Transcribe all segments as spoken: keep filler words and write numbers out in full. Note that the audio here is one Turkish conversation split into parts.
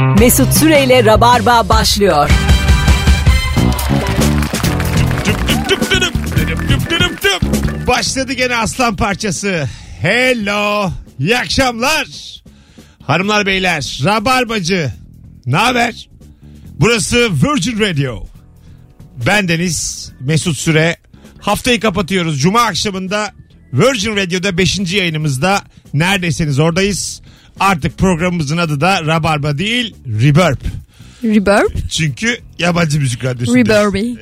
Mesut Süreyle Rabarba başlıyor. Başladı gene aslan parçası. Hello. İyi akşamlar. Hanımlar beyler. Rabarbacı. Ne haber? Burası Virgin Radio. Bendeniz Mesut Süre. Haftayı kapatıyoruz. Cuma akşamında Virgin Radio'da beşinci yayınımızda neredeyseniz oradayız. Artık programımızın adı da Rabarba değil, Reverb. Reverb? Çünkü yabancı müzik radyosundeyiz. Reverbi.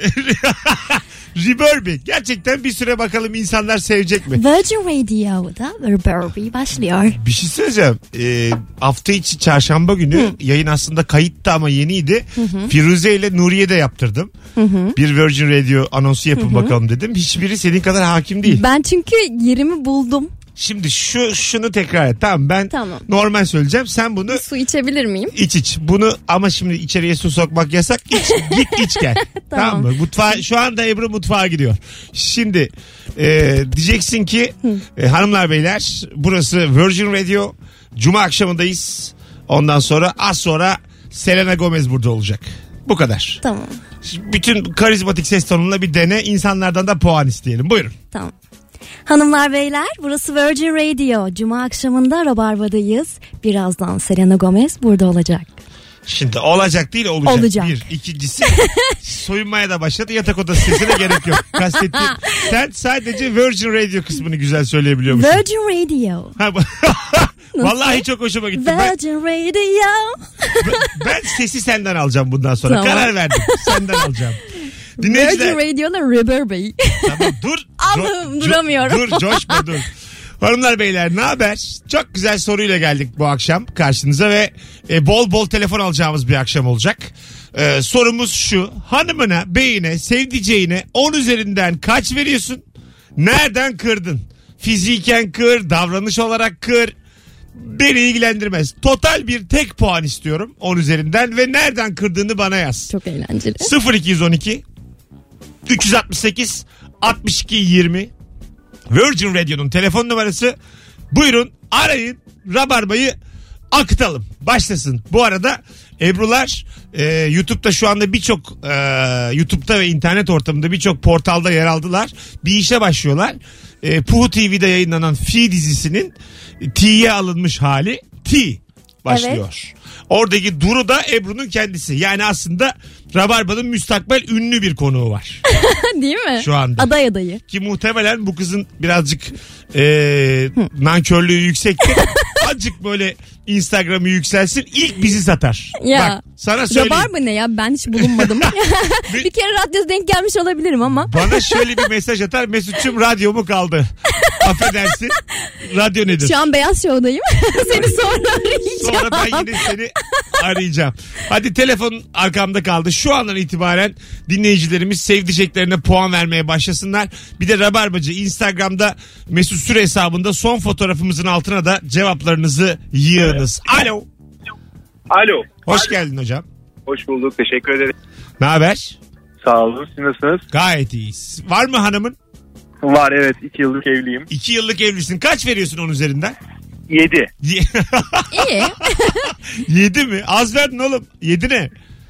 Reverbi. Gerçekten bir süre bakalım insanlar sevecek mi? Virgin Radio'da Reverbi başlıyor. Bir şey söyleyeceğim. Ee, hafta içi çarşamba günü hı. yayın aslında kayıttı ama yeniydi. Hı hı. Firuze ile Nuriye de yaptırdım. Hı hı. Bir Virgin Radio anonsu yapın hı hı. bakalım dedim. Hiçbiri senin kadar hakim değil. Ben çünkü yerimi buldum. Şimdi şu şunu tekrar et. Tamam ben tamam. normal söyleyeceğim. Sen bunu... Su içebilir miyim? İç iç. Bunu ama şimdi içeriye su sokmak yasak. İç, git iç gel. tamam. tamam mı? Mutfağa, şu anda Ebru mutfağa gidiyor. Şimdi e, diyeceksin ki e, hanımlar beyler burası Virgin Radio. Cuma akşamındayız. Ondan sonra az sonra Selena Gomez burada olacak. Bu kadar. Tamam. Bütün karizmatik ses tonunla bir dene. İnsanlardan da puan isteyelim. Buyurun. Tamam. Hanımlar beyler burası Virgin Radio. Cuma akşamında Rabarba'dayız. Birazdan Selena Gomez burada olacak. Şimdi olacak değil olacak. Olacak. Bir. İkincisi soyunmaya da başladı. Yatak odası sesine gerek yok. Kastettiğim sen sadece Virgin Radio kısmını güzel söyleyebiliyormuşsun. Virgin Radio. Vallahi çok hoşuma gitti. Virgin ben, Radio. ben, ben sesi senden alacağım bundan sonra. Tamam. Karar verdim. Senden alacağım. Virgin Radio'la Reverbi. Tamam dur. Allah'ım co- duramıyorum. Dur coşma dur. Hanımlar beyler ne haber? Çok güzel soruyla geldik bu akşam karşınıza ve e, bol bol telefon alacağımız bir akşam olacak. E, sorumuz şu. Hanımına, beyine, sevdiceğine on üzerinden kaç veriyorsun? Nereden kırdın? Fiziken kır, davranış olarak kır. Beni ilgilendirmez. Total bir tek puan istiyorum on üzerinden ve nereden kırdığını bana yaz. Çok eğlenceli. sıfır iki on iki üç altı sekiz altmış iki yirmi Virgin Radio'nun telefon numarası. Buyurun arayın, Rabarba'yı akıtalım. Başlasın. Bu arada Ebrular e, YouTube'da şu anda birçok e, YouTube'da ve internet ortamında birçok portalda yer aldılar. Bir işe başlıyorlar. E, Puhu T V'de yayınlanan Fi dizisinin T'ye alınmış hali T başlıyor. Evet. Oradaki Duru da Ebru'nun kendisi. Yani aslında Rabarba'nın müstakbel ünlü bir konuğu var. Değil mi? Şu anda. Aday adayı. Ki muhtemelen bu kızın birazcık e, nankörlüğü yüksektir. Azıcık böyle Instagram'ı yükselsin. İlk bizi satar. Ya. Bak sana söyleyeyim. Rabarba ne ya? Ben hiç bulunmadım. Bir kere radyoda denk gelmiş olabilirim ama. Bana şöyle bir mesaj atar. Mesut'cum radyo mu kaldı? Affedersin. Radyo nedir? Şu an Beyaz Show'dayım. Seni sonra arayacağım. Sonra ben yine seni arayacağım. Hadi telefon arkamda kaldı. Şu andan itibaren dinleyicilerimiz sevdiceklerine puan vermeye başlasınlar. Bir de Rabarbacı Instagram'da Mesut Süre hesabında son fotoğrafımızın altına da cevaplarınızı yığınız. Alo. Alo. Hoş Alo. geldin hocam. Hoş bulduk. Teşekkür ederim. Ne haber? Sağ olun. Siz nasılsınız? Gayet iyiyiz. Var mı hanımın? Var evet. iki yıllık evliyim. İki yıllık evlisin. Kaç veriyorsun onun üzerinden? Yedi. İyi. Yedi mi? Az verdin oğlum. Yedi ne?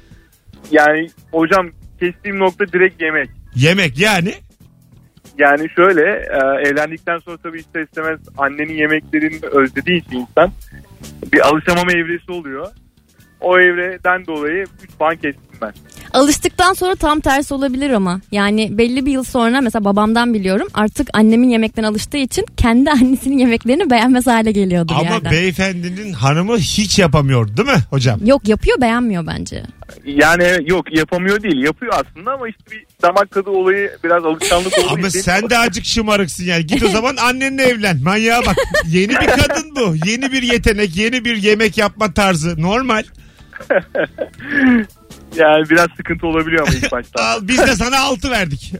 Yani hocam kestiğim nokta direkt yemek. Yemek yani? Yani şöyle e, evlendikten sonra tabii ister istemez annenin yemeklerini özlediği için insan bir alışamama evresi oluyor. O evreden dolayı üç puan kestim ben. Alıştıktan sonra tam tersi olabilir ama. Yani belli bir yıl sonra mesela babamdan biliyorum artık annemin yemekten alıştığı için kendi annesinin yemeklerini beğenmez hale geliyordu. Ama yerden. Beyefendinin hanımı hiç yapamıyor değil mi hocam? Yok yapıyor beğenmiyor bence. Yani yok yapamıyor değil yapıyor aslında ama işte bir damak tadı olayı biraz alışkanlık olduğu Ama için. sen de azıcık şımarıksın yani. Git o zaman annenle evlen. Manyağa bak. Yeni bir kadın bu. Yeni bir yetenek, yeni bir yemek yapma tarzı. Normal. Yani biraz sıkıntı olabiliyor ama ilk başta. Al, biz de sana altı verdik.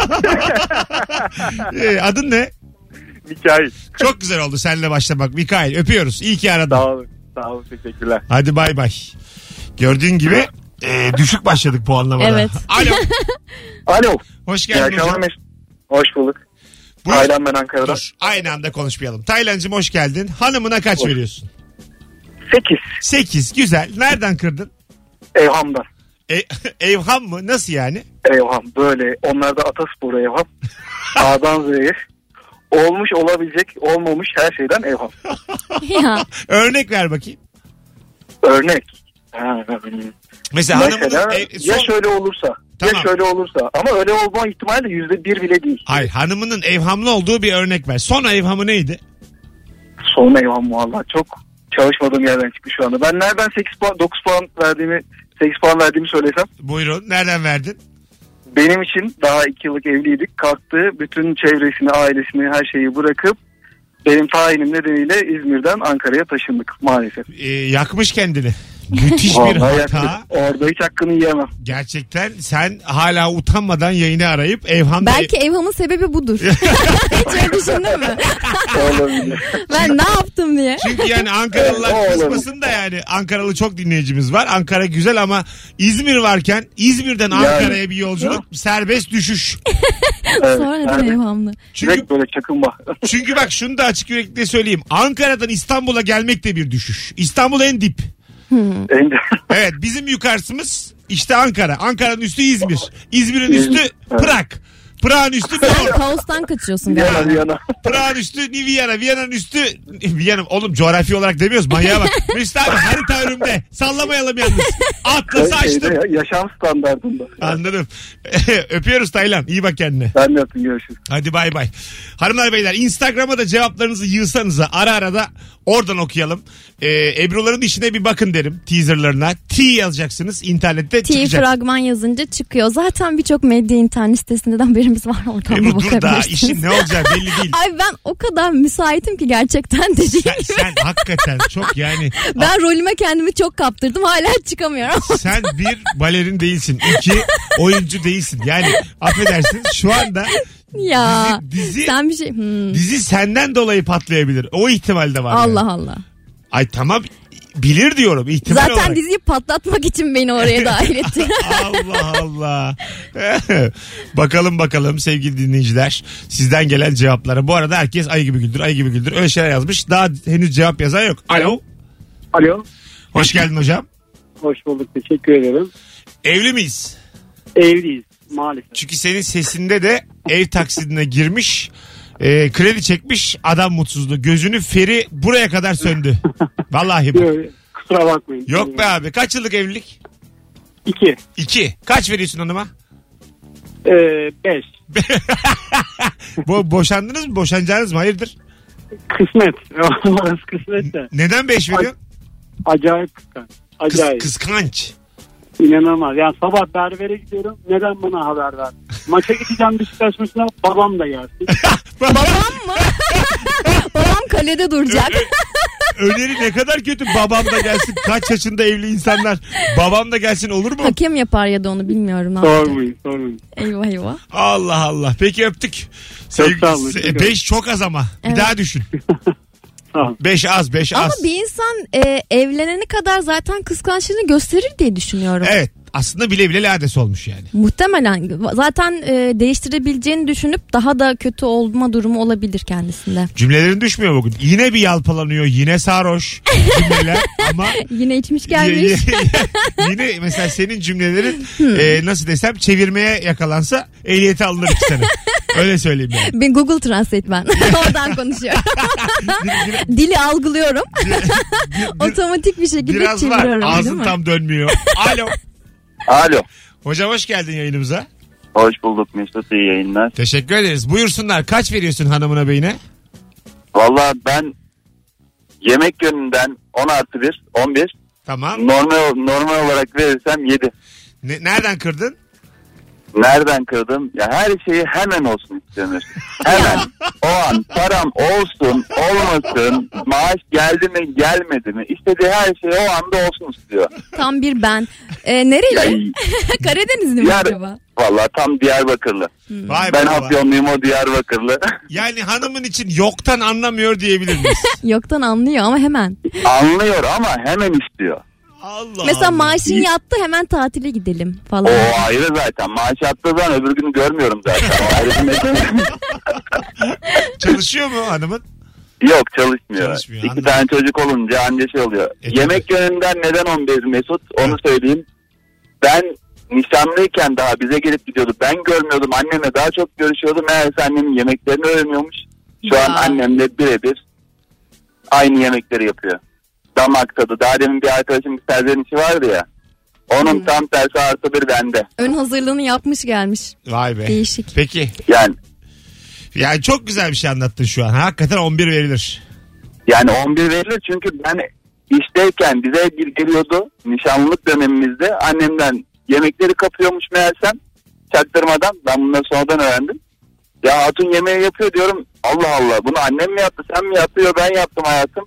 ee, adın ne? Mikail. Çok güzel oldu seninle başlamak. Mikail öpüyoruz. İyi ki aradın. Sağ olun. Sağ olun. Teşekkürler. Hadi bay bay. Gördüğün gibi e, düşük başladık puanlamada. Evet. Alo. Alo. Hoş geldin hocam. Hoş bulduk. Buyur. Taylan ben Ankara'da. Dur, aynı anda konuşmayalım. Taylancığım hoş geldin. Hanımına kaç Hoş. veriyorsun? sekiz. sekiz güzel. Nereden kırdın? Evham'dan. E, evham mı? Nasıl yani? Evham böyle. Onlar da atasporu evham. A'dan Z'ye. Olmuş olabilecek, olmamış her şeyden evham. Ya. Örnek ver bakayım. Örnek. Ha, Mesela, Mesela hanımının... e, son... ya şöyle olursa. Tamam. Ya şöyle olursa. Ama öyle olma ihtimali de yüzde bir bile değil. Hayır, hanımının evhamlı olduğu bir örnek ver. Son evhamı neydi? Son evham valla. Çok çalışmadığım yerden çıktı şu anda. Ben nereden sekiz puan, dokuz puan verdiğimi, sekiz puan verdiğimi söylesem. Buyurun. Nereden verdin? Benim için daha iki yıllık evliydik. Kalktı, bütün çevresini, ailesini, her şeyi bırakıp benim tayinim nedeniyle İzmir'den Ankara'ya taşındık maalesef. Ee, yakmış kendini. Müthiş bir Vallahi hata. yaktık. Orada hiç hakkını yiyemem. Gerçekten sen hala utanmadan yayını arayıp evhamda... Belki evhamın sebebi budur. Hiç öyle düşündün mü? Olabilir. Ben ne yaptım diye. Çünkü yani Ankaralılar Evet, kızmasın da yani Ankaralı çok dinleyicimiz var. Ankara güzel ama İzmir varken İzmir'den Yani, Ankara'ya bir yolculuk serbest düşüş. Evet, Sonra neden yani evhamlı? Çünkü direkt böyle çakılma. çünkü bak şunu da açık yürekli söyleyeyim. Ankara'dan İstanbul'a gelmek de bir düşüş. İstanbul en dip. Evet, bizim yukarısımız işte Ankara. Ankara'nın üstü İzmir. İzmir'in üstü Prag. Prag'ın üstü Sen Viyana. kaostan kaçıyorsun galiba. Viyana Viyana. Prag'ın üstü Viyana. Viyana'nın üstü Viyana. Oğlum coğrafi olarak demiyoruz. Manyağa bak. Mesut abi harita önümde. Sallamayalım yalnız. Atlası açtım. Şeyde, yaşam standartında. Anladım. Öpüyoruz Taylan. İyi bak kendine. Ben de yapayım, görüşürüz. Hadi bay bay. Hanımlar beyler, Instagram'a da cevaplarınızı yığsanıza, ara ara da oradan okuyalım. Ee, Ebru'ların işine bir bakın derim, teaserlarına. T yazacaksınız, internette T çıkacak. fragman yazınca çıkıyor. Zaten birçok medya internet sitesinde de haberimiz var. Oradan da Ebru dur da bakabilirsiniz. işin ne olacağı belli değil. Ay ben o kadar müsaitim ki gerçekten dediğim Sen, gibi. sen hakikaten çok yani. Ben rolüme kendimi çok kaptırdım. Hala çıkamıyorum. Sen bir balerin değilsin. İki oyuncu değilsin. Yani affedersin şu anda Ya dizi, dizi, sen bir şey... Hmm. dizi senden dolayı patlayabilir. O ihtimal de var. Allah yani. Allah. Ay tamam, bilir diyorum ihtimal Zaten olarak. diziyi patlatmak için beni oraya dahil etti. Allah Allah. Bakalım bakalım sevgili dinleyiciler, sizden gelen cevaplara. Bu arada herkes ay gibi güldür, ay gibi güldür öyle şeyler yazmış. Daha henüz cevap yazan yok. Alo. Alo. Hoş geldin hocam. Hoş bulduk. Teşekkür ederim. Evli miyiz? Evliyiz maalesef. Çünkü senin sesinde de ev taksidine girmiş, e, kredi çekmiş adam mutsuzluğu. Gözünün feri buraya kadar söndü. Vallahi bak. Yok, kusura bakmayın. Yok be abi, kaç yıllık evlilik? İki. İki. Kaç veriyorsun hanıma? Ee, beş. Bo boşandınız mı? Boşanacaksınız mı? Hayırdır? Kısmet. Orası kısmet de. Neden beş veriyorsun? Acayip kıskanç. Kıs, Acayip. kıskanç. İnanılmaz. Yani sabah berbere gidiyorum. Neden bana haber ver? Maça gideceğim Beşiktaş maçına. Babam da gelsin. Babam mı? Babam kalede duracak. Öneri ne kadar kötü. Babam da gelsin. Kaç yaşında evli insanlar. Babam da gelsin olur mu? Hakem yapar ya da onu bilmiyorum. Ne yapacak? Sormayın sormayın. Eyvah eyvah. Allah Allah. Peki öptük. Çok Sevgi- sağ olun. se- Beş çok az ama. Bir Evet. daha düşün. Tamam. Beş az, beş Ama az. bir insan e, evlenene kadar zaten kıskançlığını gösterir diye düşünüyorum. Evet. Aslında bile bile lades olmuş yani. Muhtemelen zaten e, değiştirebileceğini düşünüp daha da kötü olma durumu olabilir kendisinde. Cümlelerin düşmüyor bugün. Yine bir yalpalanıyor. Yine sarhoş cümleler ama Yine içmiş gelmiş. yine mesela senin cümlelerin e, nasıl desem çevirmeye yakalansa ehliyeti alınır iki sene. Öyle söyleyeyim yani. Ben Google Translate ben. Oradan konuşuyorum. Dili algılıyorum. Otomatik bir şekilde Biraz var. çeviriyorum. değil Ağzın mi? tam dönmüyor. Alo. Alo. Hocam hoş geldin yayınımıza. Hoş bulduk Mesut, iyi yayınlar. Teşekkür ederiz. Buyursunlar. Kaç veriyorsun hanımına beyine? Valla ben yemek yönünden on artı bir, on bir. Tamam. Normal, normal olarak verirsem yedi. Ne, nereden kırdın? Nereden kırdım? Ya her şeyi hemen olsun istiyorum. Hemen. O an param olsun, olmasın, maaş geldi mi, gelmedi mi? İstediği her şey o anda olsun istiyor. Tam bir ben. E, nereli? Ya, Karadenizli mi Diyar, acaba? valla tam Diyarbakırlı. Vay Ben baba. Afyonluyum, o Diyarbakırlı. Yani hanımın için yoktan anlamıyor diyebilir miyiz? Yoktan anlıyor ama hemen. Anlıyor ama hemen istiyor. Allah Mesela Allah. maaşın yattı hemen tatile gidelim falan. O ayrı zaten. Maaş attığı zaman öbür günü görmüyorum zaten. O ayrı bir mesele. Çalışıyor mu hanımın? Yok çalışmıyor. Çalışmıyor, İki anladım. tane çocuk olunca anca şey oluyor. E, Yemek yönünden neden on bir Mesut onu Ha. söyleyeyim. Ben nişanlıyken daha bize gelip gidiyordu. Ben görmüyordum, annemle daha çok görüşüyordum. Meğerse annemin yemeklerini öğreniyormuş. Şu Ya. an annemle birebir aynı yemekleri yapıyor. Damak tadı. Daha demin bir arkadaşım bir serzenişi vardı ya. Onun Hmm. tam tersi artı bir bende. Ön hazırlığını yapmış gelmiş. Vay be. Değişik. Peki. Yani Yani çok güzel bir şey anlattın şu an. Hakikaten on bir verilir. yani on bir verilir çünkü ben işteyken bize geliyordu nişanlılık dönemimizde annemden yemekleri kapıyormuş meğersem çaktırmadan. Ben bunları sonradan öğrendim. Ya hatun yemeği yapıyor diyorum. Allah Allah bunu annem mi yaptı sen mi yaptı? Yo ben yaptım hayatım.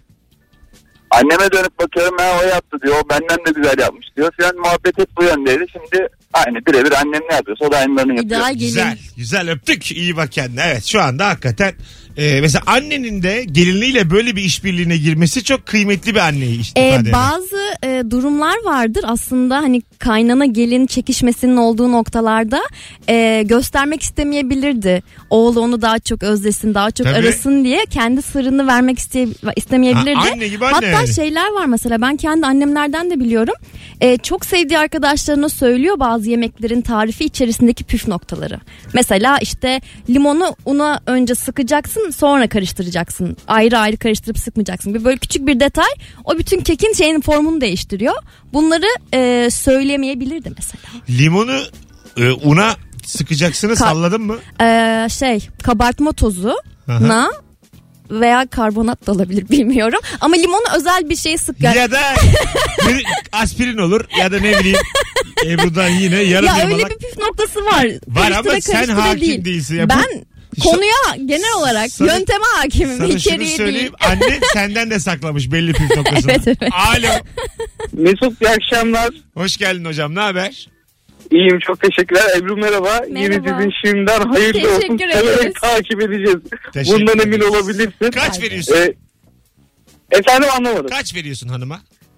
Anneme dönüp bakıyorum ha o yaptı diyor. O benden de güzel yapmış diyor. Falan muhabbet hep bu yöndeydi. Şimdi aynı birebir annem ne yapıyorsa o da aynılarını yapıyor. İdeal gelin. Güzel. Güzel öptük. İyi bak kendine. Evet şu anda hakikaten e, mesela annenin de gelinliğiyle böyle bir işbirliğine girmesi çok kıymetli bir anneyi işte Ee, ifade eder. bazı e, durumlar vardır aslında hani kaynana gelin çekişmesinin olduğu noktalarda e, göstermek istemeyebilirdi. Oğlu onu daha çok özlesin, daha çok Tabii. arasın diye kendi sırrını vermek isteye- istemeyebilirdi. Ha, anne gibi anne Hatta yani. şeyler var mesela ben kendi annemlerden de biliyorum. E, çok sevdiği arkadaşlarına söylüyor bazı yemeklerin tarifi içerisindeki püf noktaları. Mesela işte limonu una önce sıkacaksın sonra karıştıracaksın. Ayrı ayrı karıştırıp sıkmayacaksın. Bir böyle küçük bir detay o bütün kekin şeyin formunu değiştiriyor. Bunları e, söylemeyebilirdi mesela. Limonu e, una sıkacaksını Ka- salladın mı? E, şey kabartma tozu Aha. na veya karbonat da olabilir bilmiyorum. Ama limonu özel bir şey sık. Yani, Ya da bir aspirin olur ya da ne bileyim Ebru'dan yine yarım ya öyle yamalak. bir püf noktası var. Var ama Karıştıra sen karıştıra hakim değil. değilsin. Ya bu- Ben konuya genel olarak Sana- yönteme hakimim. Sana şunu İçeriği söyleyeyim. değil. Anne senden de saklamış belli püf noktasını. Evet, evet. Alo. Mesut iyi akşamlar. Hoş geldin hocam. Ne haber? İyiyim çok teşekkürler. Ebru merhaba. Merhaba. Yeni dizin şimdiden hayırlı Teşekkür olsun. ederiz. Severek takip edeceğiz. Teşekkür Bundan emin ederiz. olabilirsin. Kaç veriyorsun? Ee, efendim anlamadım. Kaç veriyorsun hanıma?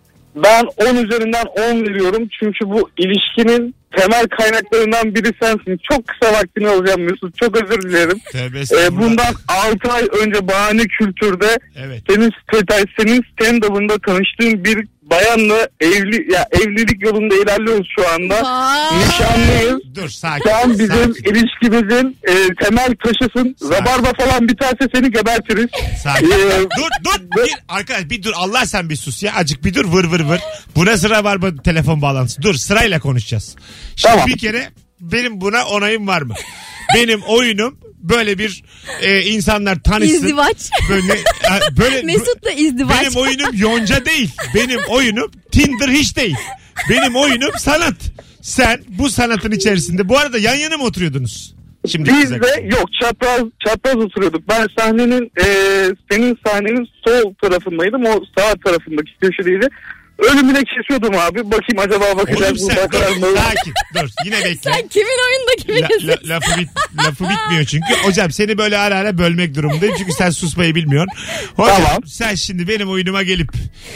Ben on üzerinden on veriyorum. Çünkü bu ilişkinin temel kaynaklarından biri sensin. Çok kısa vaktini alacağım Mesut. Çok özür dilerim. Tövbe Ee, estağfurullah. bundan altı ay önce Bahane Kültür'de Evet. senin, senin stand-up'ında tanıştığım bir bayanla evli ya evlilik yolunda ilerliyoruz şu anda. Vay. Nişanlıyız. Dur sakin. Sen bizim sakin, ilişkimizin e, temel taşısın. Sakin. Rabarba falan biterse seni gebertiriz. sakin. Ee, dur dur. Bir, arkadaş bir dur. Allah sen bir sus ya. Acık bir dur vır vır vır. Buna sıra var mı telefon bağlantısı? Dur sırayla konuşacağız. Şimdi Tamam. bir kere benim buna onayım var mı? Benim oyunum böyle bir e, insanlar tanışsın. İzdivaç. Böyle, e, böyle Mesut'la izdivaç. benim oyunum yonca değil. Benim oyunum Tinder hiç değil. Benim oyunum sanat. Sen bu sanatın içerisinde bu arada yan yana mı oturuyordunuz? Şimdi Biz kıza- de yok çapraz çapraz oturuyorduk. Ben sahnenin e, senin sahnenin sol tarafındaydım. O sağ tarafındaki köşedeydi. Ölümüne kesiyordum abi. Bakayım acaba Oğlum bakacağız bu sen bakar mı? dur, sakin dur yine bekle. Sen kimin oyunda kimi La- kesiyorsun? la- lafı, bit, lafı bitmiyor çünkü. Hocam seni böyle ara ara bölmek durumundayım çünkü sen susmayı bilmiyorsun. Hocam Tamam. sen şimdi benim oyunuma gelip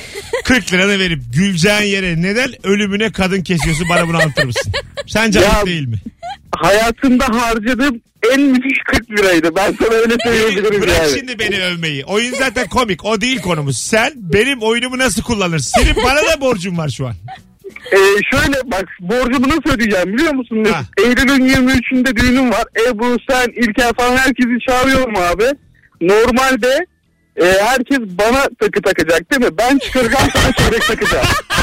kırk liranı verip güleceğin yere neden ölümüne kadın kesiyorsun bana bunu anlatır mısın? Sence Ya- ayıp değil mi? Hayatımda harcadığım en müthiş kırk liraydı. Ben sana öyle söyleyebilirim Bırak yani. şimdi beni övmeyi. Oyun zaten komik. O değil konumuz. Sen benim oyunumu nasıl kullanırsın? Senin bana da borcun var şu an. Ee, şöyle bak borcumu nasıl ödeyeceğim biliyor musun? Ha. Eylül'ün yirmi üçünde düğünüm var. Ebru sen İlker falan herkesi çağırıyorum abi. Normalde e, herkes bana takı takacak değil mi? Ben çıkaracağım sana çeyrek takacağım.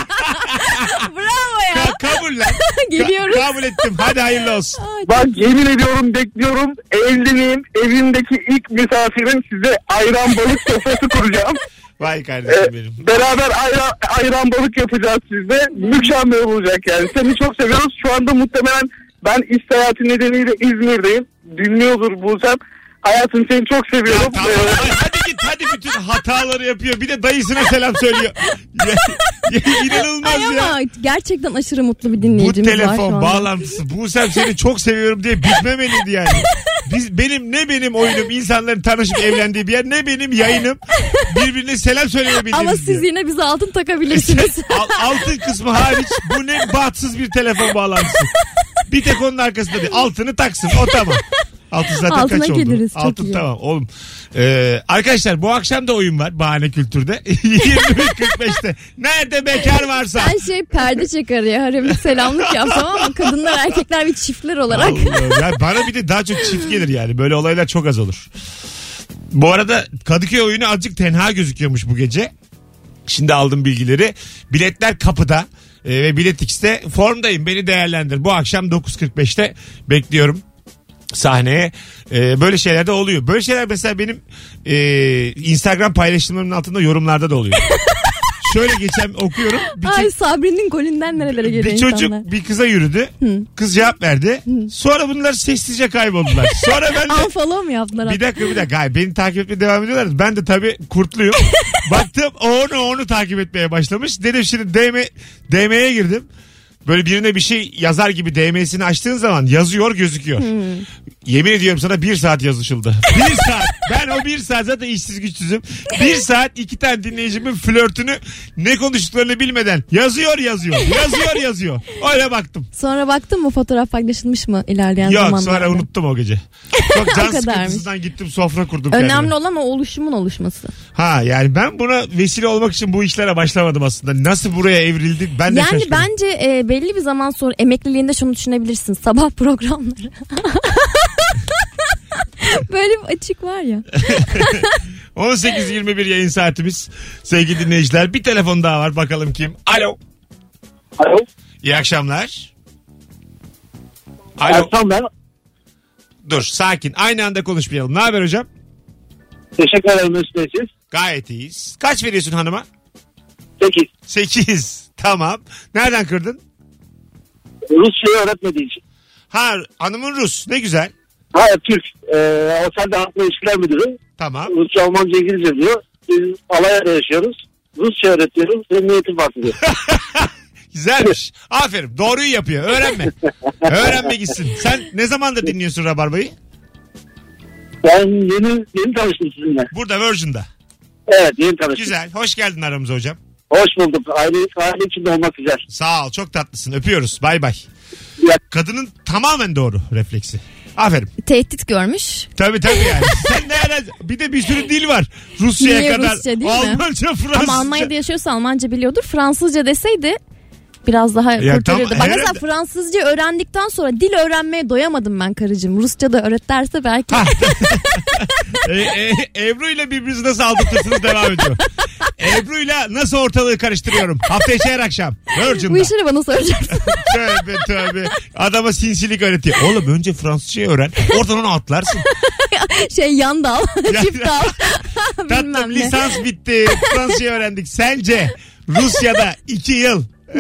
Bravo ya. Ka- kabul lan. Geliyoruz. Ka- kabul ettim. Hadi hayırlı olsun. Bak yemin ediyorum bekliyorum. Evliliğim evimdeki ilk misafirim size ayran balık sofrası kuracağım. Vay kardeşim Ee, benim. beraber ayran, ayran balık yapacağız sizde. Mükemmel olacak yani. Seni çok seviyoruz. Şu anda muhtemelen ben iş seyahati nedeniyle İzmir'deyim. Dinliyordur Buse'm. Hayatım seni çok Ya seviyorum. tamam. Ee, Hadi git hadi bütün hataları yapıyor. Bir de dayısına selam söylüyor. Ya, ya, inanılmaz Ay ya. ama gerçekten aşırı mutlu bir Bu dinleyicimiz var şu telefon anda. bağlantısı Buse'm seni çok seviyorum diye bitmemeliydi yani. Biz benim ne benim oyunum insanların tanışıp evlendiği bir yer ne benim yayınım birbirine selam söyleyebildiğimiz Ama siz yer. yine bize altın takabilirsiniz. Al- altın kısmı hariç bu ne bahtsız bir telefon bağlantısı. Bir tek onun arkasında değil. Altını taksın o tamam. Altın zaten Altına kaç oldu? geliriz, çok Altın iyi. tamam oğlum. Ee, arkadaşlar bu akşam da oyun var Bahane Kültür'de. yirmi kırk beşte. Nerede bekar varsa. Sen şey perde çıkarıyor. Haremlik selamlık yapsam ama kadınlar erkekler bir çiftler olarak. Allah, ya bana bir de daha çok çift gelir yani. Böyle olaylar çok az olur. Bu arada Kadıköy oyunu azıcık tenha gözüküyormuş bu gece. Şimdi aldım bilgileri. Biletler kapıda e, ve Bilet X'te formdayım. Beni değerlendir. Bu akşam dokuz kırk beşte bekliyorum sahneye. E, böyle şeyler de oluyor. Böyle şeyler mesela benim e, Instagram paylaşımlarımın altında yorumlarda da oluyor. Şöyle geçen okuyorum. Bir Ay çocuk- Sabri'nin golünden nerelere geliyor bir insanlar. çocuk bir kıza yürüdü. Kız cevap verdi. Sonra bunlar sessizce kayboldular. Sonra ben de Unfollow mu yaptılar? bir dakika bir dakika. Hayır, beni takip etmeye devam ediyorlar. Ben de tabii kurtluyum. Baktım o onu onu takip etmeye başlamış. Dedim şimdi D M, D M'ye girdim. Böyle birine bir şey yazar gibi D M'sini açtığın zaman yazıyor gözüküyor. Yemin ediyorum sana bir saat yazışıldı. Bir saat. Ben o bir saat zaten işsiz güçsüzüm. Bir saat iki tane dinleyicimin flörtünü ne konuştuklarını bilmeden yazıyor yazıyor. Yazıyor yazıyor. Öyle baktım. Sonra baktın mı fotoğraf paylaşılmış mı ilerleyen Yok zamanlarda? sonra unuttum o gece. Çok can O kadarmış. sıkıntısından gittim sofra kurdum Önemli kendime. olan o oluşumun oluşması. Ha yani ben buna vesile olmak için bu işlere başlamadım aslında. Nasıl buraya evrildi ben de Yani şaşkınım. bence e, belli bir zaman sonra emekliliğinde şunu düşünebilirsin. Sabah programları. Böyle bir açık var ya. on sekiz yirmi bir yayın saatimiz. Sevgili dinleyiciler bir telefon daha var bakalım kim? Alo. Alo. İyi akşamlar. Alo. Ersan ben. Dur sakin aynı anda konuşmayalım. Ne haber hocam? Teşekkür ederim Mesut Bey, siz. Gayet iyiyiz. Kaç veriyorsun hanıma? sekiz. sekiz. Tamam. Nereden kırdın? Rusçayı öğretmediği için. Ha hanımın Rus. Ne güzel. Hayır Türk. Ee, otelde halkla ilişkiler müdürü. Tamam. Rusça, Almanca, İngilizce diyor. Biz Alanya'da yaşıyoruz. Rusça öğretiyorum. Emniyetim var diyor. Güzelmiş. Aferin. Doğruyu yapıyor. Öğrenme. Öğrenme gitsin. Sen ne zamandır dinliyorsun Rabarba'yı? Ben yeni yeni tanıştım sizinle. Burada Virgin'da. Evet yeni tanıştım. Güzel. Hoş geldin aramıza hocam. Hoş bulduk. Aile, aile içinde olmak güzel. Sağ ol. Çok tatlısın. Öpüyoruz. Bay bay. Ya. Kadının tamamen doğru refleksi. Aferin. Tehdit görmüş. Tabii tabii yani. Sen ne ara... Bir de bir sürü dil var. Rusya'ya Niye kadar. Rusça değil mi? Almanca, Fransızca. Ama Almanya'da yaşıyorsa Almanca biliyordur. Fransızca deseydi biraz daha Ya kurtarırdı. tamam, Bak herhalde. mesela Fransızca öğrendikten sonra dil öğrenmeye doyamadım ben karıcığım. Rusça da öğret derse belki. e, e, Ebru ile birbirinizi nasıl aldatırsınız devam ediyor. Ebru ile nasıl ortalığı karıştırıyorum. Hafta içi her akşam. Bu Virgin'da. işleri bana soracaksın. Tövbe tövbe. Adama sinsilik öğretiyor. Oğlum önce Fransızcayı öğren. Oradan onu atlarsın. şey yan dal, çift dal. Tatlım Bilmem ne. lisans bitti. Fransızcayı öğrendik. Sence Rusya'da iki yıl.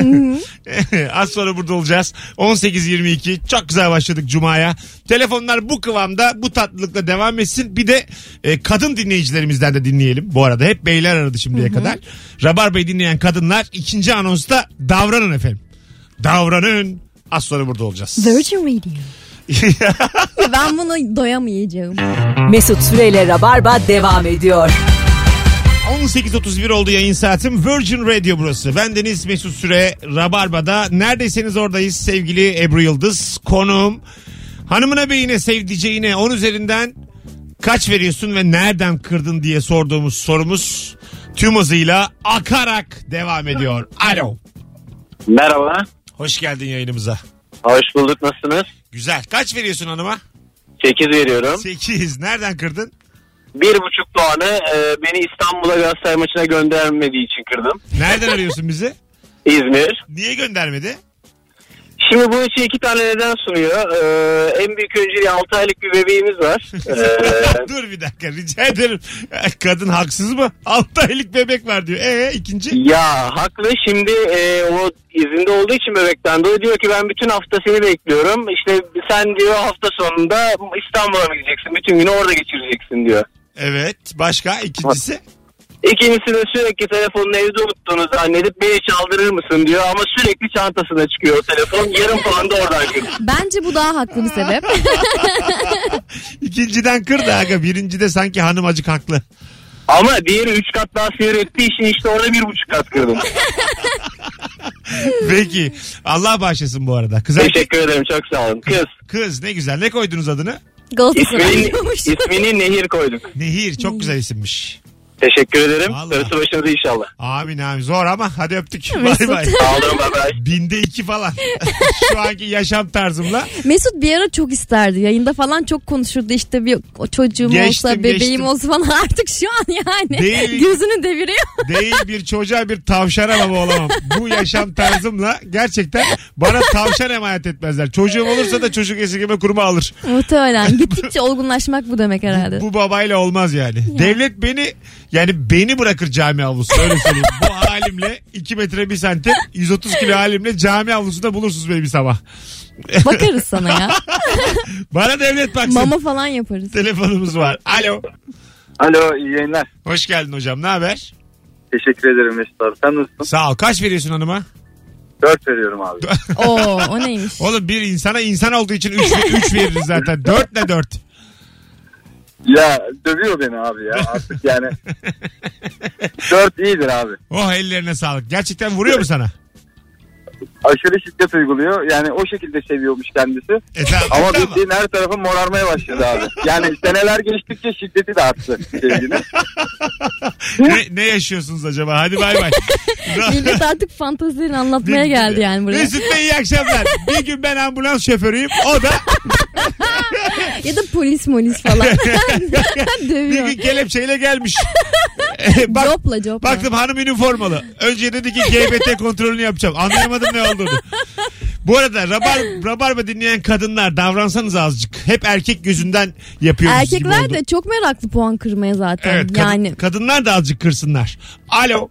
Az sonra burada olacağız. on sekiz yirmi iki çok güzel başladık Cuma'ya. Telefonlar bu kıvamda bu tatlılıkla devam etsin. Bir de e, kadın dinleyicilerimizden de dinleyelim. Bu arada hep beyler aradı şimdiye kadar. Rabarba'yı dinleyen kadınlar ikinci anonsta davranın efendim. Davranın. Az sonra burada olacağız. Virgin Radio. Ben bunu doyamayacağım. Mesut Süreyle Rabarba devam ediyor. on sekiz otuz bir oldu yayın saatim. Virgin Radio burası. Ben Deniz Mesut Süre. Rabarba'da neredeyseniz oradayız sevgili Ebru Yıldız. Konuğum. Hanımına beyine sevdiceğine on üzerinden kaç veriyorsun ve nereden kırdın diye sorduğumuz sorumuz tüm hızıyla akarak devam ediyor. Alo. Merhaba. Hoş geldin yayınımıza. Hoş bulduk. Nasılsınız? Güzel. Kaç veriyorsun hanıma? sekiz veriyorum. sekiz. Nereden kırdın? Bir buçuk puanı e, beni İstanbul'a Galatasaray maçına göndermediği için kırdım. Nereden arıyorsun bizi? İzmir. Niye göndermedi? Şimdi bu için iki tane neden sunuyor. Ee, en büyük önceliği altı aylık bir bebeğimiz var. Ee, Dur bir dakika rica ederim. Kadın haksız mı? altı aylık bebek var diyor. Ee ikinci? ya haklı. Şimdi e, o izinde olduğu için bebekten dolayı diyor ki ben bütün hafta seni bekliyorum. İşte sen diyor hafta sonunda İstanbul'a mı gideceksin? Bütün günü orada geçireceksin diyor. Evet. Başka? İkincisi? İkincisi de sürekli telefonunu evde unuttuğunu zannedip beni çaldırır mısın diyor ama sürekli çantasına çıkıyor o telefon. Yarım puan da oradan kırdı. Bence bu daha haklı bir sebep. İkinciden kır da aga. Birincide sanki hanım acık haklı. Ama diğeri üç kat daha sinir ettiği için işte orada bir buçuk kat kırdım. Peki. Allah bağışlasın bu arada. Kız erkek- Teşekkür ederim, çok sağ olun. Kız. Kız ne güzel. Ne koydunuz adını? Galatasaray. İsmini, ismini Nehir koyduk. Nehir çok güzel isimmiş. Teşekkür ederim. Vallahi. Darısı başınıza inşallah. Amin amin. Zor ama hadi öptük. Bay Mesut. bay. Sağ olun, bay bay. Binde iki falan. Şu anki yaşam tarzımla. Mesut bir ara çok isterdi. Yayında falan çok konuşurdu işte bir o çocuğum Geçtim, olsa, bebeğim geçtim. olsa falan. Artık şu an yani Değil. gözünü deviriyor. Değil bir çocuğa bir tavşana baba olamam. Bu yaşam tarzımla gerçekten bana tavşan emanet etmezler. Çocuğum olursa da çocuk esirgeme kurumu alır. Muhtemelen. Gittikçe olgunlaşmak bu demek herhalde. Bu babayla olmaz yani. Devlet beni yani beni bırakır cami avlusu öyle söyleyeyim. Bu halimle iki metre bir santim yüz otuz kilo halimle cami avlusunda bulursunuz beni bir sabah. Bakarız sana ya. Bana devlet baksın. Mama falan yaparız. Telefonumuz var. Alo. Alo, iyi yayınlar. Hoş geldin hocam. Ne haber? Teşekkür ederim Mesut abi. Sen nasılsın? Sağ ol. Kaç veriyorsun hanıma? Dört veriyorum abi. Oo, o neymiş? Oğlum bir insana insan olduğu için üç veririz zaten. dört ne dört? Ya dövüyor beni abi ya artık yani. Dört iyidir abi. Oh ellerine sağlık. Gerçekten vuruyor mu sana? Aşırı şiddet uyguluyor. Yani o şekilde seviyormuş kendisi. E, tamam, Ama tamam. bildiğin her tarafı morarmaya başladı abi. Yani seneler geçtikçe şiddeti de arttı sevginin. ne, ne yaşıyorsunuz acaba? Hadi bay bay. Millet artık fantazilerini anlatmaya geldi yani buraya. Mesut Bey iyi akşamlar. Bir gün ben ambulans şoförüyüm. O da Ya da polis molis falan. bir Dövüyor. gün kelepçeyle gelmiş. Bak, Copla copla. baktım hanım üniformalı. Önce dedi ki G B T kontrolünü yapacağım. Anlayamadım ne olduğunu. Bu arada rabar, rabarba dinleyen kadınlar davransanız azıcık. Hep erkek gözünden yapıyoruz gibi Erkekler oldu. de çok meraklı puan kırmaya zaten. Evet, kadın- yani. kadınlar da azıcık kırsınlar. Alo.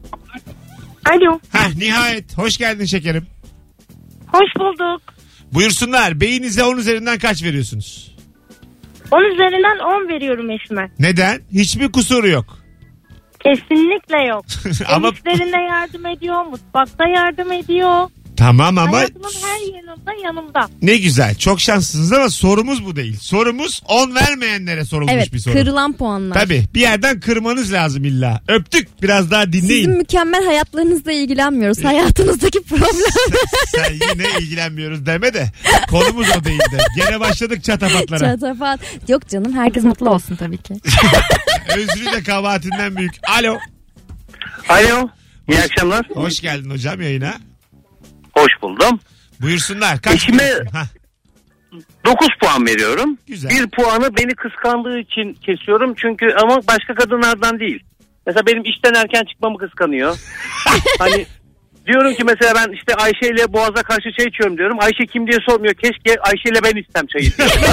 Alo. Heh, nihayet. Hoş geldin şekerim. Hoş bulduk. Buyursunlar. Beyinize on üzerinden kaç veriyorsunuz? on üzerinden on veriyorum eşime. Neden? Hiçbir kusuru yok. Kesinlikle yok. Ama- Ev işlerinde yardım ediyor, mutfakta yardım ediyor. Tamam ama Hayatımın her yanında yanımda. ne güzel. Çok şanslısınız ama sorumuz bu değil. Sorumuz on vermeyenlere sorulmuş Evet, bir soru. kırılan puanlar. Tabii. Bir yerden kırmanız lazım illa. Öptük. Biraz daha dinleyin. Sizin mükemmel hayatlarınızla ilgilenmiyoruz. Hayatınızdaki problem. Sen yine ilgilenmiyoruz deme de. Konumuz o değildi. Gene başladık çatafatlara. Çatafat. Yok canım, herkes mutlu olsun tabii ki. Özrü de kabahatinden büyük. Alo. Alo. İyi akşamlar. Hoş geldin hocam yayına. Hoş buldum. Buyursunlar. Kaç Eşime- veriyorsun? Hah, dokuz puan veriyorum. Güzel. Bir puanı beni kıskandığı için kesiyorum. Çünkü ama başka kadınlardan değil. Mesela benim işten erken çıkmamı kıskanıyor. Hani diyorum ki mesela ben işte Ayşe ile Boğaz'a karşı çay içiyorum diyorum. Ayşe kim diye sormuyor. Keşke Ayşe ile ben istem çayı.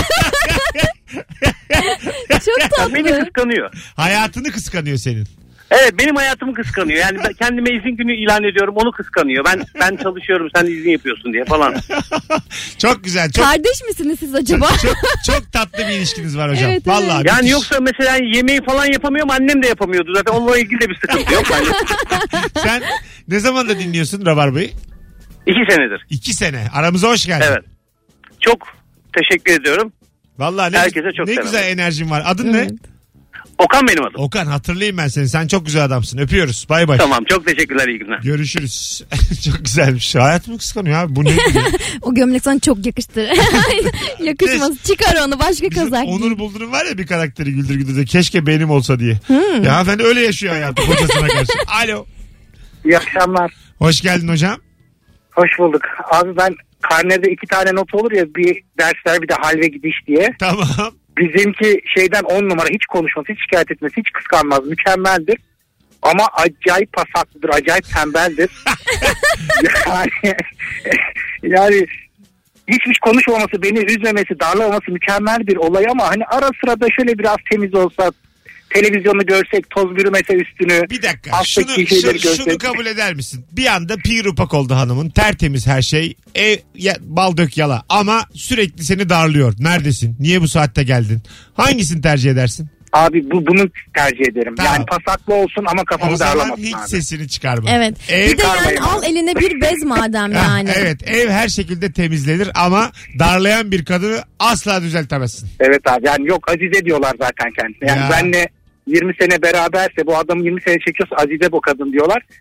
Çok Beni tatlı. kıskanıyor. Hayatını kıskanıyor senin. Evet, benim hayatımı kıskanıyor. Yani ben kendime izin günü ilan ediyorum, onu kıskanıyor. Ben ben çalışıyorum, sen izin yapıyorsun diye falan. Çok güzel. Çok, Kardeş misiniz siz acaba? çok, çok tatlı bir ilişkiniz var hocam. Evet, Vallahi. evet. Yani müthiş. yoksa mesela yemeği falan yapamıyorum, annem de yapamıyordu. Zaten onunla ilgili de bir sıkıntı yok. Yani Sen ne zaman da dinliyorsun Rabarba'yı? iki senedir. İki sene. Aramıza hoş geldin. Evet. Çok teşekkür ediyorum. Vallahi ne, Herkese çok ne selam. güzel enerjin var. Adın ne? Evet. Okan benim adım. Okan, hatırlayayım ben seni. Sen çok güzel adamsın. Öpüyoruz. Bay bay. Tamam, çok teşekkürler, iyi günler. Görüşürüz. Çok güzelmiş. Hayatımı kıskanıyor abi. Bu ne? O gömlek sana çok yakıştı. Yakışmaz. Çıkar onu, başka Bizim kazak. giy. Onur Buldur'un var ya bir karakteri Güldür Güldür'de. Keşke benim olsa diye. Ya efendim öyle yaşıyor hayatı kocasına karşı. Alo. İyi akşamlar. Hoş geldin hocam. Hoş bulduk. Abi ben karnede iki tane not olur ya, bir dersler bir de hal ve gidiş diye. Tamam. Bizimki şeyden on numara, hiç konuşmaz, hiç şikayet etmez, hiç kıskanmaz, mükemmeldir. Ama acayip pasaklıdır, acayip tembeldir. yani, yani hiç hiç konuşmaması, beni üzmemesi, darlamaması mükemmel bir olay ama hani ara sırada şöyle biraz temiz olsa, televizyonu görsek, toz bürümese üstünü. Bir dakika. alttaki Şunu, şeyleri şunu, şunu görsek. kabul eder misin? Bir anda pirupak oldu hanımın. Tertemiz her şey. Ev, ya, bal dök yala. Ama sürekli seni darlıyor. Neredesin? Niye bu saatte geldin? Hangisini tercih edersin? Abi bu bunu tercih ederim. Tamam. Yani pasaklı olsun ama O kafamı zaman darlamasın hiç abi. sesini çıkarma. Evet. Ev, Bir de yani Çıkarmayın al abi. eline bir bez madem Ha, yani. evet, ev her şekilde temizlenir ama darlayan bir kadını asla düzeltemezsin. Evet abi, yani yok Azize diyorlar zaten kendisine. Yani Ya. benle yirmi sene beraberse, bu adam yirmi sene çekiyorsa Azize bu kadın diyorlar.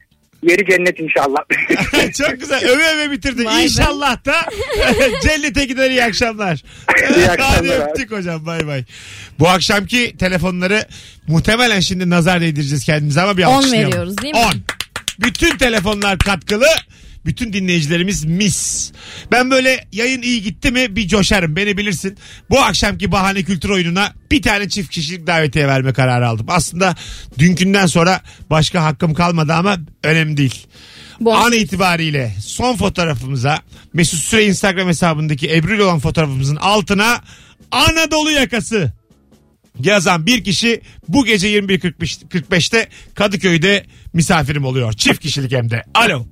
Yeri cennet inşallah. Çok güzel. Öve öve bitirdin. Vay be. İnşallah da cennete gider. İyi akşamlar. İyi akşamlar Hadi abi. öptük hocam. Bay bay. Bu akşamki telefonları muhtemelen şimdi nazar değdireceğiz kendimize ama bir on alkışlayalım. veriyoruz değil mi? on. Bütün telefonlar katkılı. Bütün dinleyicilerimiz mis. Ben böyle yayın iyi gitti mi bir coşarım. Beni bilirsin. Bu akşamki bahane kültür oyununa bir tane çift kişilik davetiye verme kararı aldım. Aslında dünkünden sonra başka hakkım kalmadı ama önemli değil. Bu An itibariyle son fotoğrafımıza Mesut Süre Instagram hesabındaki Ebru ile olan fotoğrafımızın altına Anadolu yakası yazan bir kişi bu gece yirmi bir kırk beşte Kadıköy'de misafirim oluyor. Çift kişilik hem de. Alo.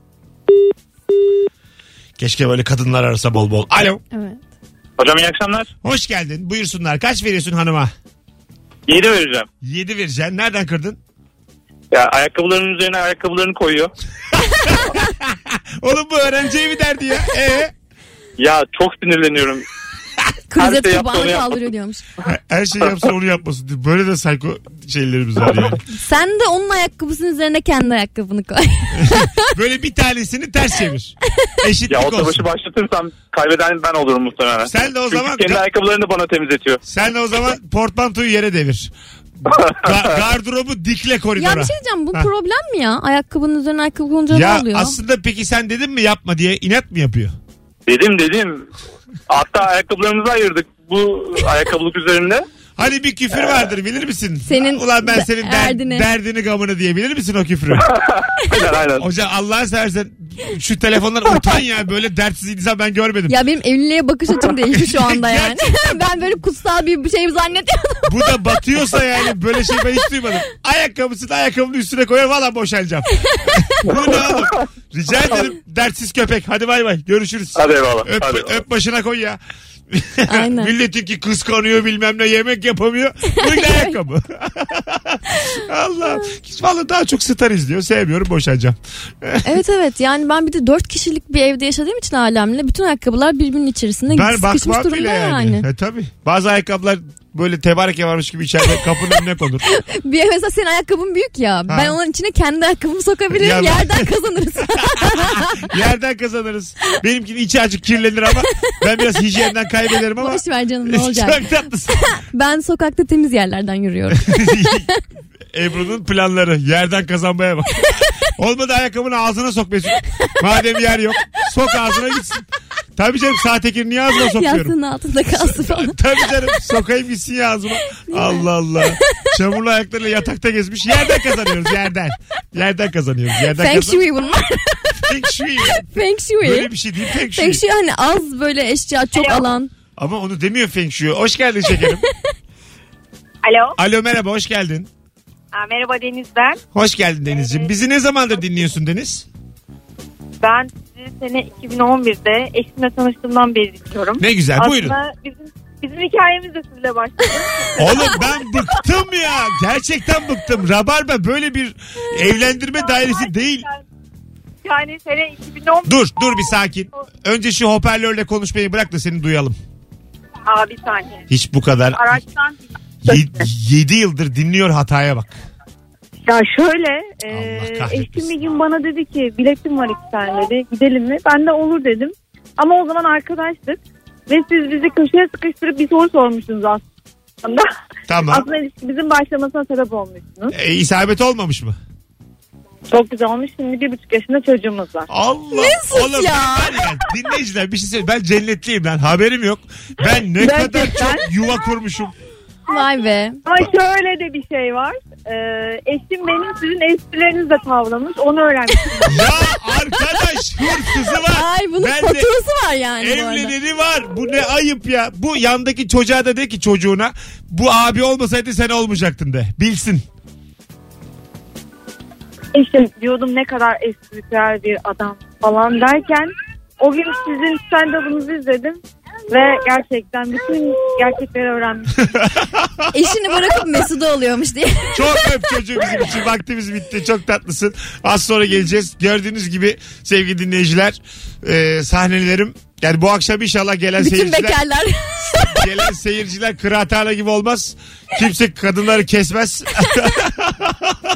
Keşke böyle kadınlar arasa bol bol. Alo. Evet. Hocam iyi akşamlar. Hoş geldin. Buyursunlar. Kaç veriyorsun hanıma? yedi vereceğim. yedi vereceksin. Nereden kırdın? Ya ayakkabılarının üzerine ayakkabılarını koyuyor. Oğlum bu öğrenci evi derdi ya. Ee? Ya çok sinirleniyorum. Klozet şey yaptı, kapağını onu yaptı. kaldırıyor diyormuş. Her şeyi yapsın onu yapmasın diye. Böyle de psycho şeylerimiz var yani. Sen de onun ayakkabısının üzerine kendi ayakkabını koy. Böyle bir tanesini ters çevir. Eşitlik Ya o olsun. savaşı başlatırsam kaybeden ben olurum muhtemelen. Sen de o Çünkü zaman kendi ga- ayakkabılarını bana temizletiyor. sen de o zaman portmantoyu yere devir. Ga- gardırobu dikle koridora. Ya bir şey diyeceğim, bu Ha. problem mi ya? Ayakkabının üzerine ayakkabı konunca ne Ya oluyor? aslında peki sen dedin mi yapma diye inat mı yapıyor? Dedim dedim. Hatta ayakkabılarımızı ayırdık bu ayakkabılık üzerinde. Hani bir küfür vardır bilir misin? Senin Ulan ben senin der- derdini. derdini gamını diye bilir misin o küfürü? Aynen aynen. Hocam Allah'ını seversen şu telefonlar utan ya, böyle dertsiz insan ben görmedim. Ya benim evliliğe bakış açım değişti şu anda yani. Ben böyle kutsal bir şey zannediyordum. Bu da batıyorsa yani böyle şey ben hiç duymadım. Ayakkabısını ayakkabının üstüne koyar valla boşalacağım. Bu ne oğlum? Rica ederim dertsiz köpek. Hadi bay bay görüşürüz. Hadi eyvallah. Öp, Hadi eyvallah. öp başına koy ya. Aynen. Milletin ki kıskanıyor bilmem ne, yemek yapamıyor. Bu ne ayakkabı? Allah. Valla daha çok star izliyor. Sevmiyorum, boşanacağım. Evet evet, yani ben bir de dört kişilik bir evde yaşadığım için ailemle bütün ayakkabılar birbirinin içerisinde Ben sıkışmış bakmam durumda bile yani. yani. E, tabii. Bazı ayakkabılar böyle tebareke varmış gibi içeride kapının önüne konur. Bir mesela senin ayakkabın büyük ya. Ha. Ben onun içine kendi ayakkabımı sokabilirim. Ya ben- Yerden kazanırız. Yerden kazanırız. Benimkinin içi acık kirlenir ama ben biraz hijyenden kaybederim ama. Boş ver canım, ne olacak. Çok tatlısın. Ben sokakta temiz yerlerden yürüyorum. Ebru'nun planları yerden kazanmaya bak. Olmadı ayakkabını ağzına sok Mesut. Madem yer yok. Sok ağzına gitsin. Tabii canım, sahtekini niye ağzına sokuyorum? Yastığın altında kalsın falan. Tabii canım, sokayım gitsin ya ağzıma. Allah Allah. Çamurlu ayaklarıyla yatakta gezmiş. Yerden kazanıyoruz, yerden. Yerden kazanıyoruz. Yerden Feng kazan- Shui bunlar. Feng Shui. Feng Shui. Böyle bir şey değil Feng Shui. Feng Shui hani az böyle eşya çok alan. Ama onu demiyor Feng Shui. Hoş geldin şekerim. Alo. Alo merhaba, hoş geldin. Aa, merhaba Deniz ben. Hoş geldin Denizciğim. Bizi ne zamandır dinliyorsun Deniz? Ben sizi sene iki bin on birde eşimle tanıştığımdan beri dinliyorum. Ne güzel, buyurun. Aslında bizim, bizim hikayemiz de sizle başladı. Oğlum ben bıktım ya. Gerçekten bıktım. Rabarba böyle bir evlendirme dairesi değil. Yani sene iki bin on bir. Dur dur bir sakin. Önce şu hoparlörle konuşmayı bırak da seni duyalım. Aa, bir saniye. Hiç bu kadar. Araçtan. yedi yıldır dinliyor, hataya bak. Ya şöyle e, Allah kahretmesin. eşim bir gün bana dedi ki biletim var iki tane dedi, gidelim mi? Ben de olur dedim. Ama o zaman arkadaştık. Ve siz bizi köşeye sıkıştırıp bir soru sormuştunuz aslında. Tamam. Aslında ilişkimizin başlamasına sebep olmuşsunuz. E, isabet olmamış mı? Çok güzel olmuş. Şimdi bir buçuk yaşında çocuğumuz var. Allah. Mesut Oğlum ya. ben var ya, dinleyiciler bir şey söyleyeyim. Ben cennetliyim lan, haberim yok. Ben ne Gerçekten. kadar çok yuva kurmuşum. Vay be. Ama şöyle de bir şey var. Ee, eşim benim sizin esprilerinizle tavlamış. Onu öğrenmiştim. Ya arkadaş, hırsızı var. Ay bunun Ben de- faturası var yani bu arada. Evleneni var. Bu ne ayıp ya. Bu yandaki çocuğa da de ki çocuğuna, bu abi olmasaydı sen olmayacaktın de. Bilsin. Eşim diyordum ne kadar espritüel bir adam falan derken o gün sizin stand-up'ınızı izledim. Ve gerçekten bütün gerçekleri öğrendim. Eşini bırakıp Mesut'u oluyormuş diye. Çok öp çocuğu bizim için. Vaktimiz bitti. Çok tatlısın. Az sonra geleceğiz. Gördüğünüz gibi sevgili dinleyiciler, e, sahnelerim. Yani bu akşam inşallah gelen Bütün seyirciler bekarlar. gelen seyirciler kıraathane gibi olmaz. Kimse kadınları kesmez.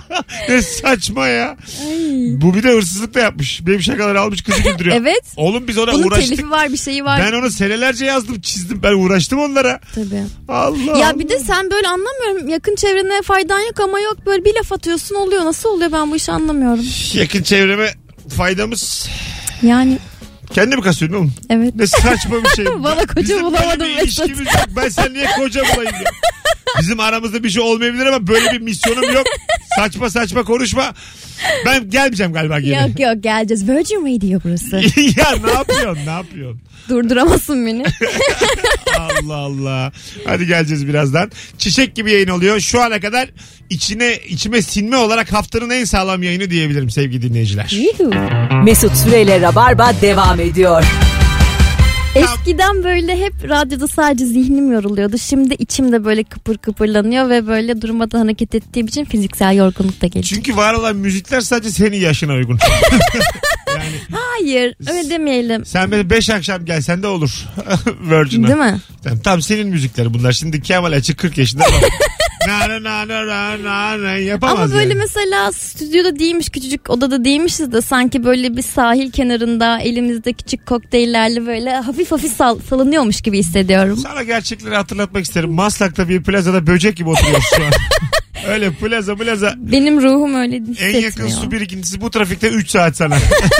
Ne saçma ya. Bu bir de hırsızlık da yapmış. Benim şakaları almış kızı güldürüyor. Evet. Oğlum biz ona Bunun uğraştık. telifi var, bir şeyi var. Ben onu senelerce yazdım çizdim. Ben uğraştım onlara. Tabii. Allah Ya Allah. bir de sen böyle anlamıyorum. Yakın çevrene faydan yok ama yok böyle bir laf atıyorsun oluyor. Nasıl oluyor, ben bu işi anlamıyorum. Yakın çevreme faydamız... Yani... Kendi mi kasıyorsun oğlum? Evet. Ne saçma bir şey. Bana koca Bizim bulamadım böyle bir ilişkimiz yok. Ben sen niye koca bulayım ya? Bizim aramızda bir şey olmayabilir ama böyle bir misyonum yok. Saçma saçma konuşma. Ben gelmeyeceğim galiba geri. Yok yok, geleceğiz. Virgin Radio burası. Ya ne yapıyorsun ne yapıyorsun? Durduramazsın beni. Allah Allah. Hadi geleceğiz birazdan. Çiçek gibi yayın oluyor. Şu ana kadar içine içime sinme olarak haftanın en sağlam yayını diyebilirim sevgili dinleyiciler. Mesut Süreyle Rabarba devam ediyor. Eskiden böyle hep radyoda sadece zihnim yoruluyordu. Şimdi içim de böyle kıpır kıpırlanıyor ve böyle durmadan hareket ettiğim için fiziksel yorgunluk da geliyor. Çünkü var olan müzikler sadece senin yaşına uygun. Yani hayır, öyle demeyelim. sen böyle beş akşam gelsen de olur. Virgin'a. Değil mi? Tam, tam senin müzikleri bunlar. Şimdi Kemal Açık kırk yaşında. na na na na na na na yapamaz. Ama böyle yani. mesela stüdyoda değilmiş, küçücük odada değilmişiz de sanki böyle bir sahil kenarında elimizde küçük kokteyllerle böyle hafif hafif sal, salınıyormuş gibi hissediyorum. Sana gerçekleri hatırlatmak isterim. Maslak'ta bir plazada böcek gibi oturuyoruz şu an. Öyle plaza plaza. Benim ruhum öyle hissetmiyor. En yakın su birikintisi bu trafikte üç saat sana.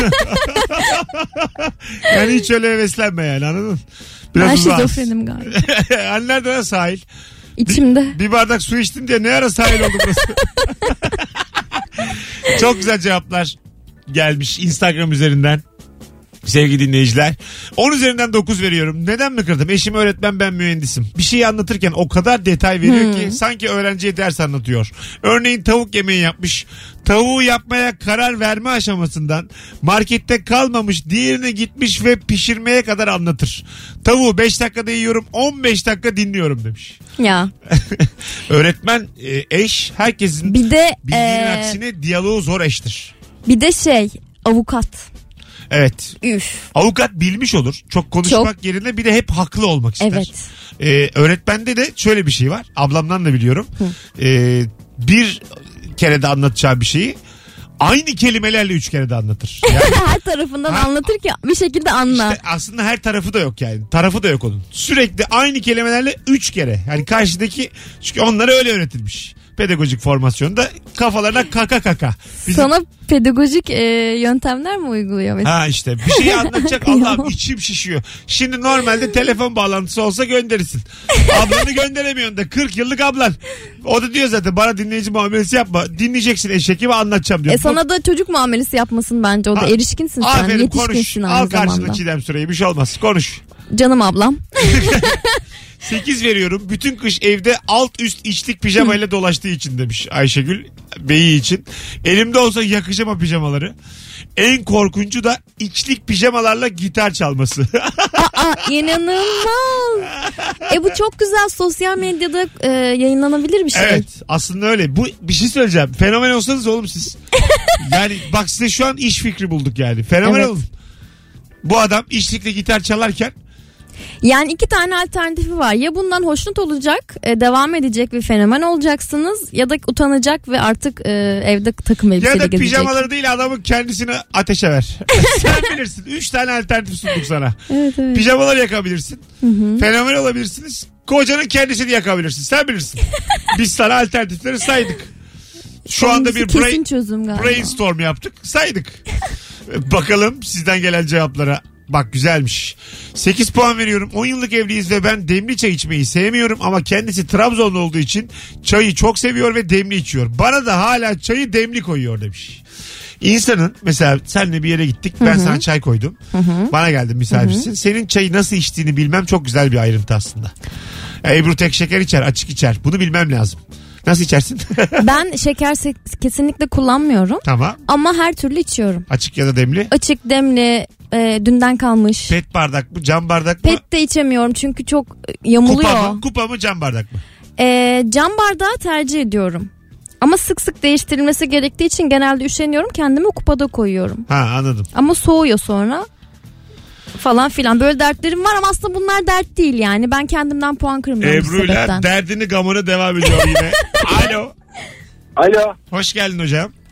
Yani hiç öyle heveslenme yani, anladın mı? Ben Biraz uzağız. şizofrenim galiba. Hani nerede lan sahil? İçimde. Bir, bir bardak su içtin diye ne ara sahil oldu burası? Çok güzel cevaplar gelmiş Instagram üzerinden. Sevgili dinleyiciler, on üzerinden dokuz veriyorum. Neden mi kırdım? Eşim öğretmen, ben mühendisim. Bir şeyi anlatırken o kadar detay veriyor Hmm. ki sanki öğrenciye ders anlatıyor. Örneğin tavuk yemeği yapmış. Tavuğu yapmaya karar verme aşamasından markette kalmamış diğerine gitmiş ve pişirmeye kadar anlatır. Tavuğu beş dakikada yiyorum, on beş dakika dinliyorum demiş. Ya. Öğretmen e, eş, herkesin Bir de bildiğinin ee, aksine diyaloğu zor eştir. bir de şey, avukat. Evet. Üf. Avukat bilmiş olur. Çok konuşmak yerine bir de hep haklı olmak ister. Evet. Ee, öğretmende de şöyle bir şey var. Ablamdan da biliyorum. Ee, bir kere de anlatacağı bir şeyi aynı kelimelerle üç kere de anlatır. Yani Her tarafından Ha- anlatır ki bir şekilde anla. işte aslında her tarafı da yok yani. Tarafı da yok onun. Sürekli aynı kelimelerle üç kere. Yani karşıdaki, çünkü onlara öyle öğretilmiş. Pedagojik formasyonda kafalarına kaka kaka. Bizim... Sana pedagojik e, yöntemler mi uyguluyor mesela? Ha işte bir şey anlatacak, Allah'ım içim şişiyor. Şimdi normalde telefon bağlantısı olsa gönderirsin. Ablanı gönderemiyorsun da kırk yıllık ablan. O da diyor zaten bana dinleyici muamelesi yapma. Dinleyeceksin eşek gibi, anlatacağım diyor. E sana da çocuk muamelesi yapmasın bence. O da Ha, erişkinsin sen. Aferin, Yetişkinsin konuş. aynı Al karşına zamanda. Çiğdem Süreyi, bir şey olmaz. Konuş. Canım ablam. sekiz veriyorum. Bütün kış evde alt üst içlik pijamayla dolaştığı için demiş Ayşegül Beyi için. Elimde olsa yakacağım o pijamaları. En korkuncu da içlik pijamalarla gitar çalması. Aa, inanılmaz. E bu çok güzel, sosyal medyada e, yayınlanabilir bir şey. Evet, aslında öyle. Bu bir şey söyleyeceğim. Fenomen olsanız oğlum siz. Yani bak size şu an iş fikri bulduk yani. Fenomen Evet. olun. Bu adam içlikle gitar çalarken Yani iki tane alternatifi var. Ya bundan hoşnut olacak, e, devam edecek bir fenomen olacaksınız, ya da utanacak ve artık e, evde takım ya elbiseyle da gezecek. pijamaları değil adamın kendisini ateşe ver. Sen bilirsin. Üç tane alternatif sunduk sana. Evet, evet. Pijamaları yakabilirsin. Fenomen olabilirsiniz. Kocanın kendisini yakabilirsin. Sen bilirsin. Biz sana alternatifleri saydık. Şu anda bir Kesin brain, çözüm galiba. brainstorm yaptık. Saydık. Bakalım sizden gelen cevaplara. Bak güzelmiş. sekiz puan veriyorum. on yıllık evliyiz ve ben demli çay içmeyi sevmiyorum ama kendisi Trabzonlu olduğu için çayı çok seviyor ve demli içiyor. Bana da hala çayı demli koyuyor demiş. İnsanın mesela senle bir yere gittik, ben Hı hı. sana çay koydum. Hı hı. Bana geldin misafirsin. Senin çayı nasıl içtiğini bilmem çok güzel bir ayrıntı aslında. Ya Ebru tek şeker içer, açık içer. Bunu bilmem lazım. Nasıl içersin? Ben şeker se- kesinlikle kullanmıyorum. Tamam. Ama her türlü içiyorum. Açık ya da demli. Açık, demli, e, dünden kalmış. Pet bardak mı, cam bardak mı? Pet de içemiyorum çünkü çok e, yamuluyor. Kupa mı, kupa mı, cam bardak mı? E, cam bardağı tercih ediyorum. Ama sık sık değiştirilmesi gerektiği için genelde üşeniyorum. Kendimi kupada koyuyorum. Ha, anladım. Ama soğuyor sonra. Falan filan. Böyle dertlerim var ama aslında bunlar dert değil yani. Ben kendimden puan kırmıyorum bu Ebru'yla sebepten. derdini gamını devam ediyor yine. Alo. Alo. Hoş geldin hocam.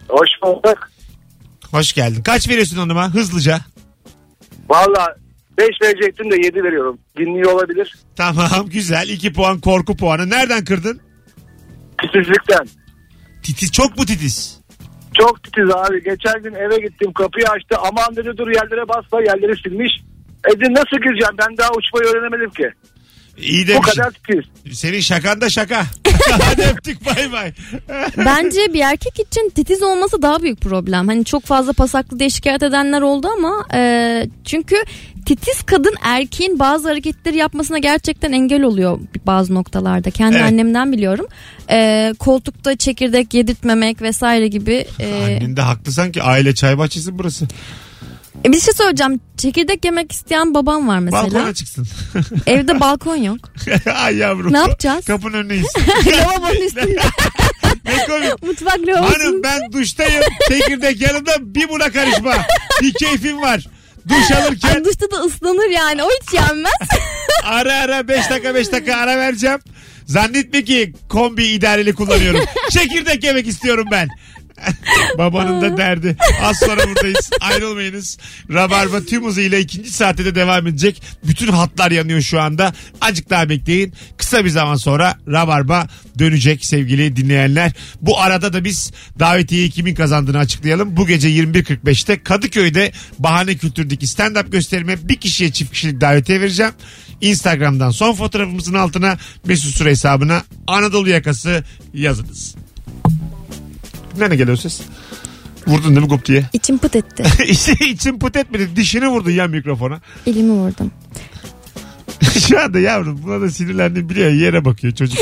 Hoş bulduk. Hoş geldin. Kaç veriyorsun hanıma hızlıca? Valla beş verecektim de yedi veriyorum. Dinliyor olabilir. Tamam güzel. iki puan korku puanı. Nereden kırdın? Titizlikten. Titiz, çok mu titiz? Çok titiz abi. Geçen gün eve gittim, kapıyı açtı. Aman dedi dur yerlere basma, yerleri silmiş. Edin nasıl gireceğim, ben daha uçmayı öğrenemedim ki. İyi demişsin. Bu kadar titiz. Senin şakan da şaka. Hadi öptük, bay bay. Bence bir erkek için titiz olması daha büyük problem. Hani çok fazla pasaklı diye şikayet edenler oldu ama e, çünkü titiz kadın erkeğin bazı hareketleri yapmasına gerçekten engel oluyor bazı noktalarda. Kendi Evet. annemden biliyorum. E, koltukta çekirdek yedirtmemek vesaire gibi. E, Annen de haklı sanki, aile çay bahçesi burası. e, bir şey söyleyeceğim. Çekirdek yemek isteyen babam var mesela. Balkona çıksın. Evde balkon yok. Ay yavrum. Ne yapacağız? Kapının önündeyiz. Lavabonun üstünde. Ne komik. Mutfak lavabosunun. Hanım ben duştayım. Çekirdek yanımda, bir buna karışma. Bir keyfim var. Duş alırken. Ay, duşta da ıslanır yani, o hiç yenmez. Ara ara beş dakika beş dakika ara vereceğim. Zannetme ki kombi idareli kullanıyorum. Çekirdek yemek istiyorum ben. Babanın da derdi. Az sonra buradayız. Ayrılmayınız. Rabarba tüm hızıyla ikinci saatte de devam edecek. Bütün hatlar yanıyor şu anda. Azıcık daha bekleyin. Kısa bir zaman sonra Rabarba dönecek sevgili dinleyenler. Bu arada da biz davetiyeyi kimin kazandığını açıklayalım. Bu gece yirmi bir kırk beşte Kadıköy'de Bahane Kültür'deki stand-up gösterime bir kişiye çift kişilik davetiye vereceğim. Instagram'dan son fotoğrafımızın altına Mesut Süre hesabına Anadolu Yakası yazınız. Nereye geliyor ses? Vurdun değil mi gup diye? İçim pıt etti. İçim pıt etmedi. Dişini vurdun ya mikrofona. Elimi vurdum. Şu anda yavrum buna da sinirlendim biliyor. Yere bakıyor çocuk.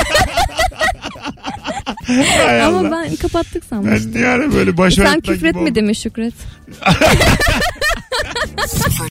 Hay Ama Allah. ben kapattık sanmıştım. Ben niye ara böyle baş Sen öğretmen gibi küfretmedin mi Şükret?